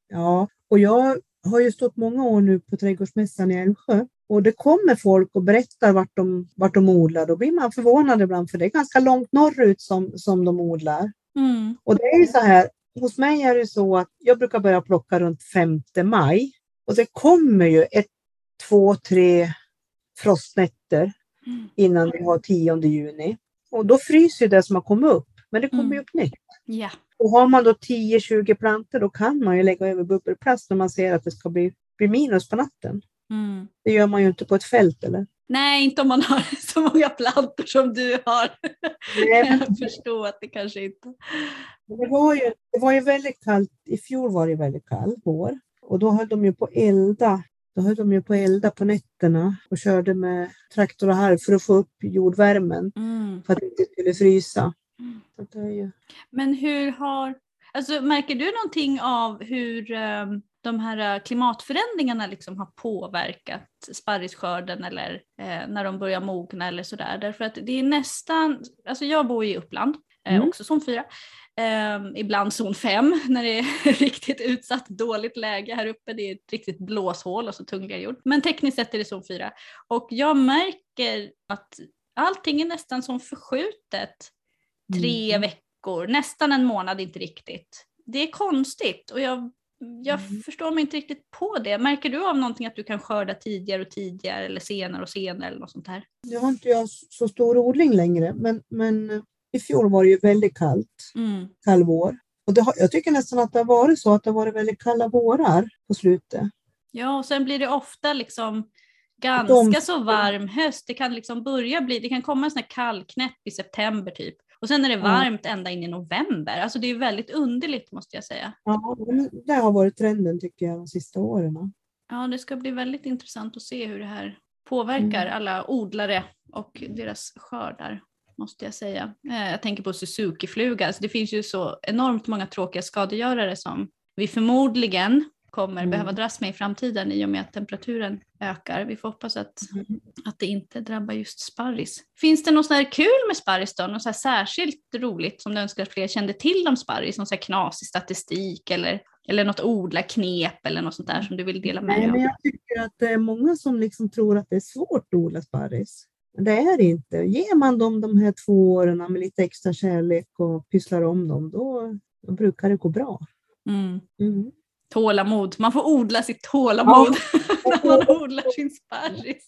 Ja, och jag har ju stått många år nu på trädgårdsmässan i Älvsjö. Och det kommer folk och berättar vart de, vart de odlar. Då blir man förvånad ibland, för det är ganska långt norrut som, som de odlar. Mm. Och det är ju så här, hos mig är det så att jag brukar börja plocka runt femte maj. Och det kommer ju ett, två, tre frostnätter Mm. innan vi har tionde juni. Och då fryser det som har kommit upp, men det kommer Mm. ju upp nytt. Ja. Och har man då tio tjugo plantor, då kan man ju lägga över bubbelplast när man ser att det ska bli, bli minus på natten. Mm. Det gör man ju inte på ett fält, eller? Nej, inte om man har så många plantor som du har. Nej, men Jag förstår att det kanske inte... det var ju, det var ju väldigt kallt. I fjol var det väldigt kallt vår. Och då höll de ju på elda. Då höll de ju på elda på nätterna och körde med traktor och harv för att få upp jordvärmen. Mm. För att det inte skulle frysa. Mm. Så det är ju... Men hur har... Alltså, märker du någonting av hur eh, de här klimatförändringarna liksom har påverkat sparrisskörden eller eh, när de börjar mogna eller sådär? Därför att det är nästan... Alltså jag bor i Uppland, eh, Mm. också zon fyra. Eh, ibland zon fem när det är riktigt utsatt dåligt läge här uppe. Det är ett riktigt blåshål och så tung jord. Men tekniskt sett är det zon fyra. Och jag märker att allting är nästan som förskjutet. Tre Mm. veckor, nästan en månad, inte riktigt. Det är konstigt och jag, jag Mm. förstår mig inte riktigt på det. Märker du av någonting att du kan skörda tidigare och tidigare eller senare och senare eller något sånt här? Nu har inte jag så stor odling längre, men, men i fjol var det ju väldigt kallt. Mm. Kall vår. Och det har, jag tycker nästan att det har varit så att det har varit väldigt kalla vårar på slutet. Ja, och sen blir det ofta liksom ganska De- så varm höst. Det kan liksom börja bli, det kan komma en sån här kallknäpp i september typ. Och sen är det varmt ända in i november. Alltså det är väldigt underligt måste jag säga. Ja, men det har varit trenden tycker jag de sista åren. Ja, det ska bli väldigt intressant att se hur det här påverkar Mm. alla odlare och deras skördar, måste jag säga. Eh, Jag tänker på Suzuki-fluga. Alltså det finns ju så enormt många tråkiga skadegörare som vi förmodligen kommer Mm. behöva dras med i framtiden i och med att temperaturen ökar. Vi får hoppas att, Mm. att det inte drabbar just sparris. Finns det något så här kul med sparris då? Något så här särskilt roligt som du önskar att fler kände till om sparris? Någon så här knasig statistik eller, eller något odlarknep eller något sånt där som du vill dela med Nej, dig men av? jag tycker att det är många som liksom tror att det är svårt att odla sparris. Men det är det inte. Ger man dem de här två åren med lite extra kärlek och pysslar om dem, då, då brukar det gå bra. Mm. Mm. Tålamod. Man får odla sitt tålamod när man odlar sin sparris.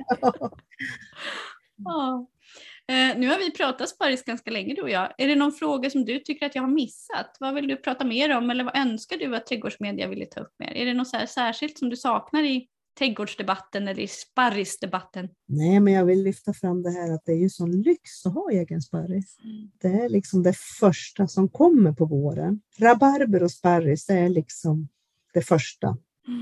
Ja. Eh, nu har vi pratat sparris ganska länge du och jag. Är det någon fråga som du tycker att jag har missat? Vad vill du prata mer om eller vad önskar du att trädgårdsmedia ville ta upp mer? Är det något så här särskilt som du saknar i trädgårdsdebatten eller i sparrisdebatten? Nej, men jag vill lyfta fram det här att det är ju sån lyx att ha egen sparris. Mm. Det är liksom det första som kommer på våren. Rabarber och sparris, det är liksom det första.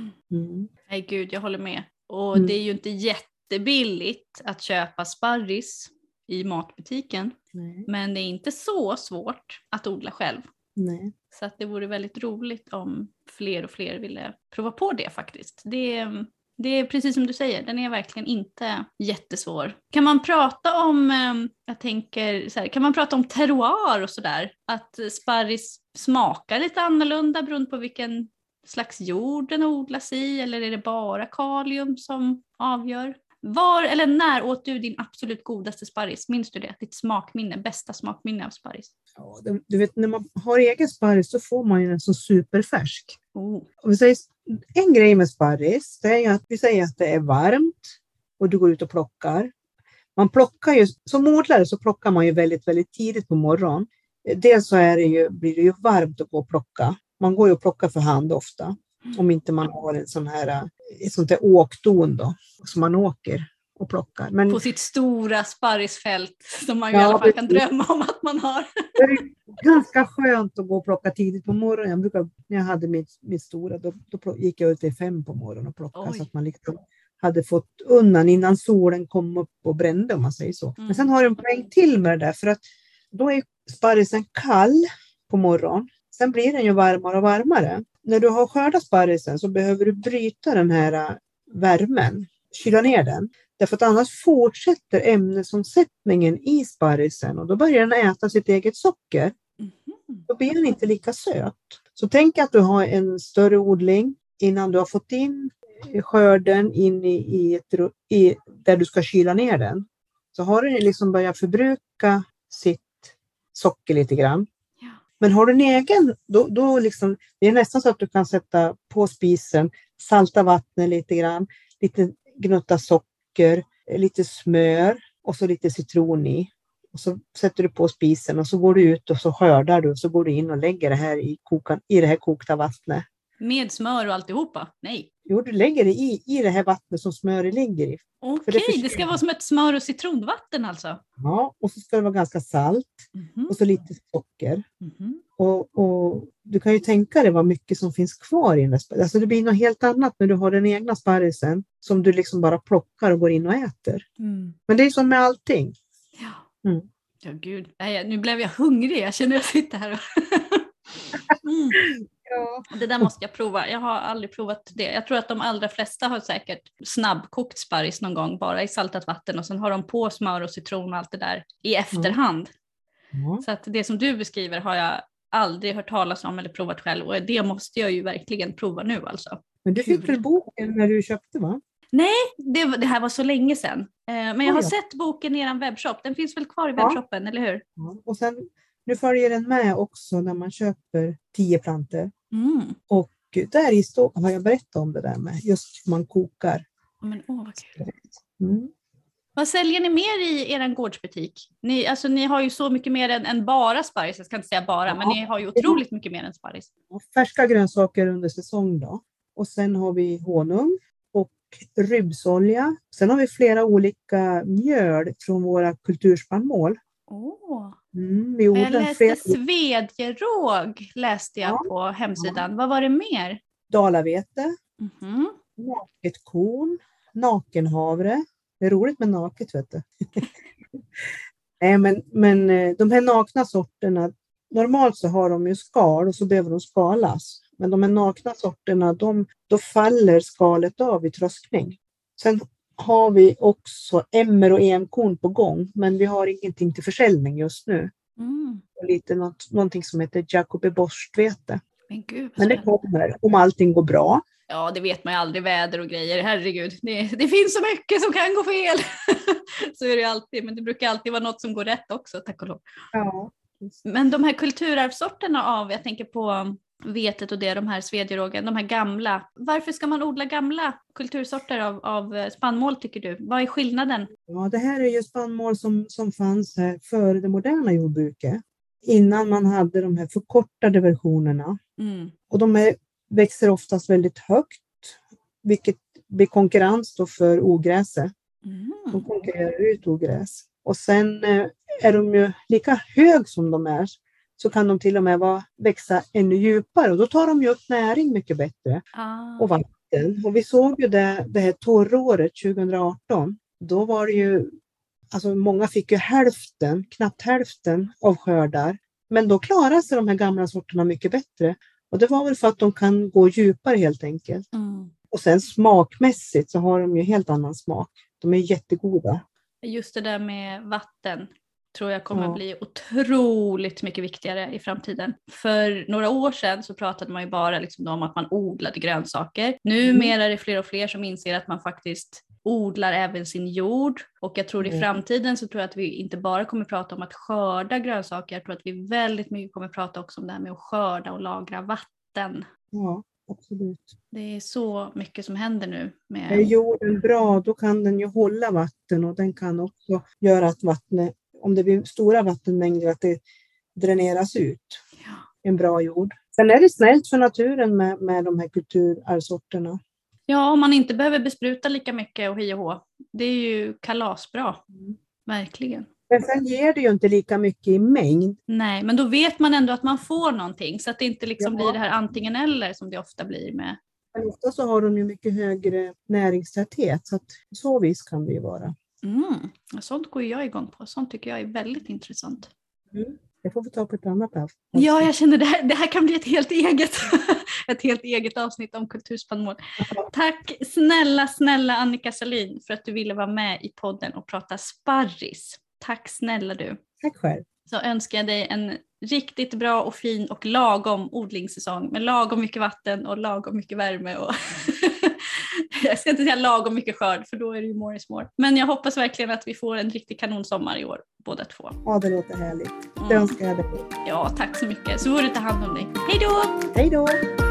Mm. Nej gud, jag håller med. Och Mm. det är ju inte jättebilligt att köpa sparris i matbutiken. Nej, Men det är inte så svårt att odla själv. nej. Så att det vore väldigt roligt om fler och fler ville prova på det faktiskt. Det, det är precis som du säger, den är verkligen inte jättesvår. Kan man prata om, eh, jag tänker så här, kan man prata om terroir och sådär? Att sparris smakar lite annorlunda beroende på vilken slags jord den odlas i, eller är det bara kalium som avgör? Var eller när åt du din absolut godaste sparris? Minns du det? Ditt smakminne, bästa smakminne av sparris? Ja, det- du vet, när man har egen sparris så får man ju den så superfärsk. Oh. Och vi säger, en grej med sparris, det är ju att vi säger att det är varmt och du går ut och plockar. Man plockar ju, som odlare så plockar man ju väldigt, väldigt tidigt på morgonen. Dels så är det ju, blir det ju varmt att gå och plocka. Man går ju och plockar för hand ofta. Om inte man har en sån här, ett sånt där åkdon då, som man åker och plockar. Men På sitt stora sparrisfält som man ju Ja, i alla fall kan precis. drömma om att man har. det är ganska skönt att gå och plocka tidigt på morgonen. Jag brukar, när jag hade mitt, mitt stora, då, då plock- gick jag ut vid fem på morgonen och plockade. Oj. Så att man liksom hade fått undan innan solen kom upp och brände, om man säger så. Mm. Men sen har det en poäng till med det där, för att då är sparrisen kall på morgonen. Sen blir den ju varmare och varmare. När du har skördat sparrisen så behöver du bryta den här äh, värmen, kyla ner den. Därför att annars fortsätter ämnesomsättningen i sparrisen och då börjar den äta sitt eget socker. Mhm. Då blir den inte lika söt. Så tänk att du har en större odling innan du har fått in skörden in i, i, ett, i där du ska kyla ner den. Så har den liksom börjat förbruka sitt socker lite grann. Ja. Men har du en egen, då, då liksom, det är nästan så att du kan sätta på spisen, salta vattnet lite grann, lite gnutta socker, lite smör och så lite citron i. Och så sätter du på spisen och så går du ut och så skördar du och så går du in och lägger det här i, kokan, i det här kokta vattnet. Med smör och alltihopa? Nej. Jo, du lägger det i, i det här vattnet som smöret ligger i. Okej, det, det ska vara som ett smör- och citronvatten alltså? Ja, och så ska det vara ganska salt Mm-hmm. och så lite socker. Mm-hmm. Och, och du kan ju tänka dig vad mycket som finns kvar i den där sparrisen. Alltså det blir något helt annat när du har den egna sparrisen som du liksom bara plockar och går in och äter. Mm. Men det är som med allting. Ja, Mm. ja gud. Nej, nu blev jag hungrig. Jag känner att jag sitter här och... mm. Ja. Det där måste jag prova. Jag har aldrig provat det. Jag tror att de allra flesta har säkert snabbkokt sparris någon gång bara i saltat vatten och sen har de på smör och citron och allt det där i efterhand. Ja. Så att det som du beskriver har jag aldrig hört talas om eller provat själv och det måste jag ju verkligen prova nu alltså. Men du fick väl boken när du köpte, va? Nej, det, var, det här var så länge sedan. Eh, men jag har Oh, ja. sett boken i er webbshop. Den finns väl kvar i Ja. webbshoppen, eller hur? Ja. Och sen, nu följer den med också när man köper tio plantor. Mm. Och där i stå har jag berättat om det där med just hur man kokar. Men åh vad kul. Mm. Vad säljer ni mer i er gårdsbutik? Ni, alltså, ni har ju så mycket mer än, än bara sparris. Jag ska inte säga bara, Ja. men ni har ju otroligt mycket mer än sparris. Färska grönsaker under säsong då. Och sen har vi honung och rybsolja. Sen har vi flera olika mjöl från våra kulturspannmål. Åh. Mm, vi Jag odlar läste flera svedjeråg läste jag Ja. på hemsidan. Vad var det mer? dalavete, Mhm. naket korn, nakenhavre. Det är roligt med naket, vet du. Nej, men, men eh, de här nakna sorterna, normalt så har de ju skal och så behöver de skalas. Men de här nakna sorterna, de, då faller skalet av vid tröskning. Sen har vi också emmer och enkorn på gång, men vi har ingenting till försäljning just nu. Mm. Och lite något, någonting som heter Jacobi Borstvete. Men gud, vad Men det spännande. kommer om allting går bra. Ja, det vet man ju aldrig, väder och grejer. Herregud, det, det finns så mycket som kan gå fel. Så är det ju alltid, men det brukar alltid vara något som går rätt också, tack och lov. Ja. Men de här kulturarvsorterna av, jag tänker på vetet och det, de här svedjerågen, de här gamla. Varför ska man odla gamla kultursorter av, av spannmål tycker du? Vad är skillnaden? Ja, det här är ju spannmål som, som fanns här före det moderna jordbruket. Innan man hade de här förkortade versionerna. Mm. Och de är, växer oftast väldigt högt, vilket blir konkurrens då för ogräset. Mm. De konkurrerar ut ogräs. Och sen eh, är de ju lika hög som de är, så kan de till och med vara, växa ännu djupare. Och då tar de ju upp näring mycket bättre. Ah. Och vatten. Och vi såg ju det, det här torråret tjugo arton. Då var det ju, alltså många fick ju hälften, knappt hälften av skördar. Men då klarar sig de här gamla sorterna mycket bättre. Och det var väl för att de kan gå djupare helt enkelt. Mm. Och sen smakmässigt så har de ju helt annan smak. De är jättegoda. Just det där med vatten tror jag kommer Ja. bli otroligt mycket viktigare i framtiden. För några år sedan så pratade man ju bara liksom om att man odlade grönsaker. Numera är det fler och fler som inser att man faktiskt odlar även sin jord. Och jag tror i Mm. framtiden så tror jag att vi inte bara kommer prata om att skörda grönsaker. Jag tror att vi väldigt mycket kommer prata också om det här med att skörda och lagra vatten. Ja, absolut. Det är så mycket som händer nu. Med... Är jorden bra, då kan den ju hålla vatten. Och den kan också göra att vattnet, om det blir stora vattenmängder, att det dräneras ut. Ja. En bra jord. Sen är det snällt för naturen med, med de här kulturarvsorterna. Ja, om man inte behöver bespruta lika mycket och hej och hå. Det är ju kalasbra. Mm. Verkligen. Men sen ger det ju inte lika mycket i mängd. Nej, men då vet man ändå att man får någonting. Så att det inte liksom Ja. blir det här antingen eller som det ofta blir med. Men ofta så har de ju mycket högre näringstäthet. Så att så vis kan det ju vara. Mm. Sånt går jag igång på. Sånt tycker jag är väldigt intressant. Mm. Det får vi ta på ett annat avsnitt. Ja, jag känner det här, det här kan bli ett helt eget, ett helt eget avsnitt om kulturspannmål. Tack snälla, snälla Annika Salin för att du ville vara med i podden och prata sparris. Tack snälla du. Tack själv. så önskar jag dig en riktigt bra och fin och lagom odlingssäsong med lagom mycket vatten och lagom mycket värme. Och jag ska inte säga lagom mycket skörd för då är det ju more is more. Men jag hoppas verkligen att vi får en riktig kanonsommar i år, båda två. Ja, det låter härligt. Det Mm. önskar jag dig. Ja, tack så mycket. Så får du ta hand om dig. Hej då! Hej då!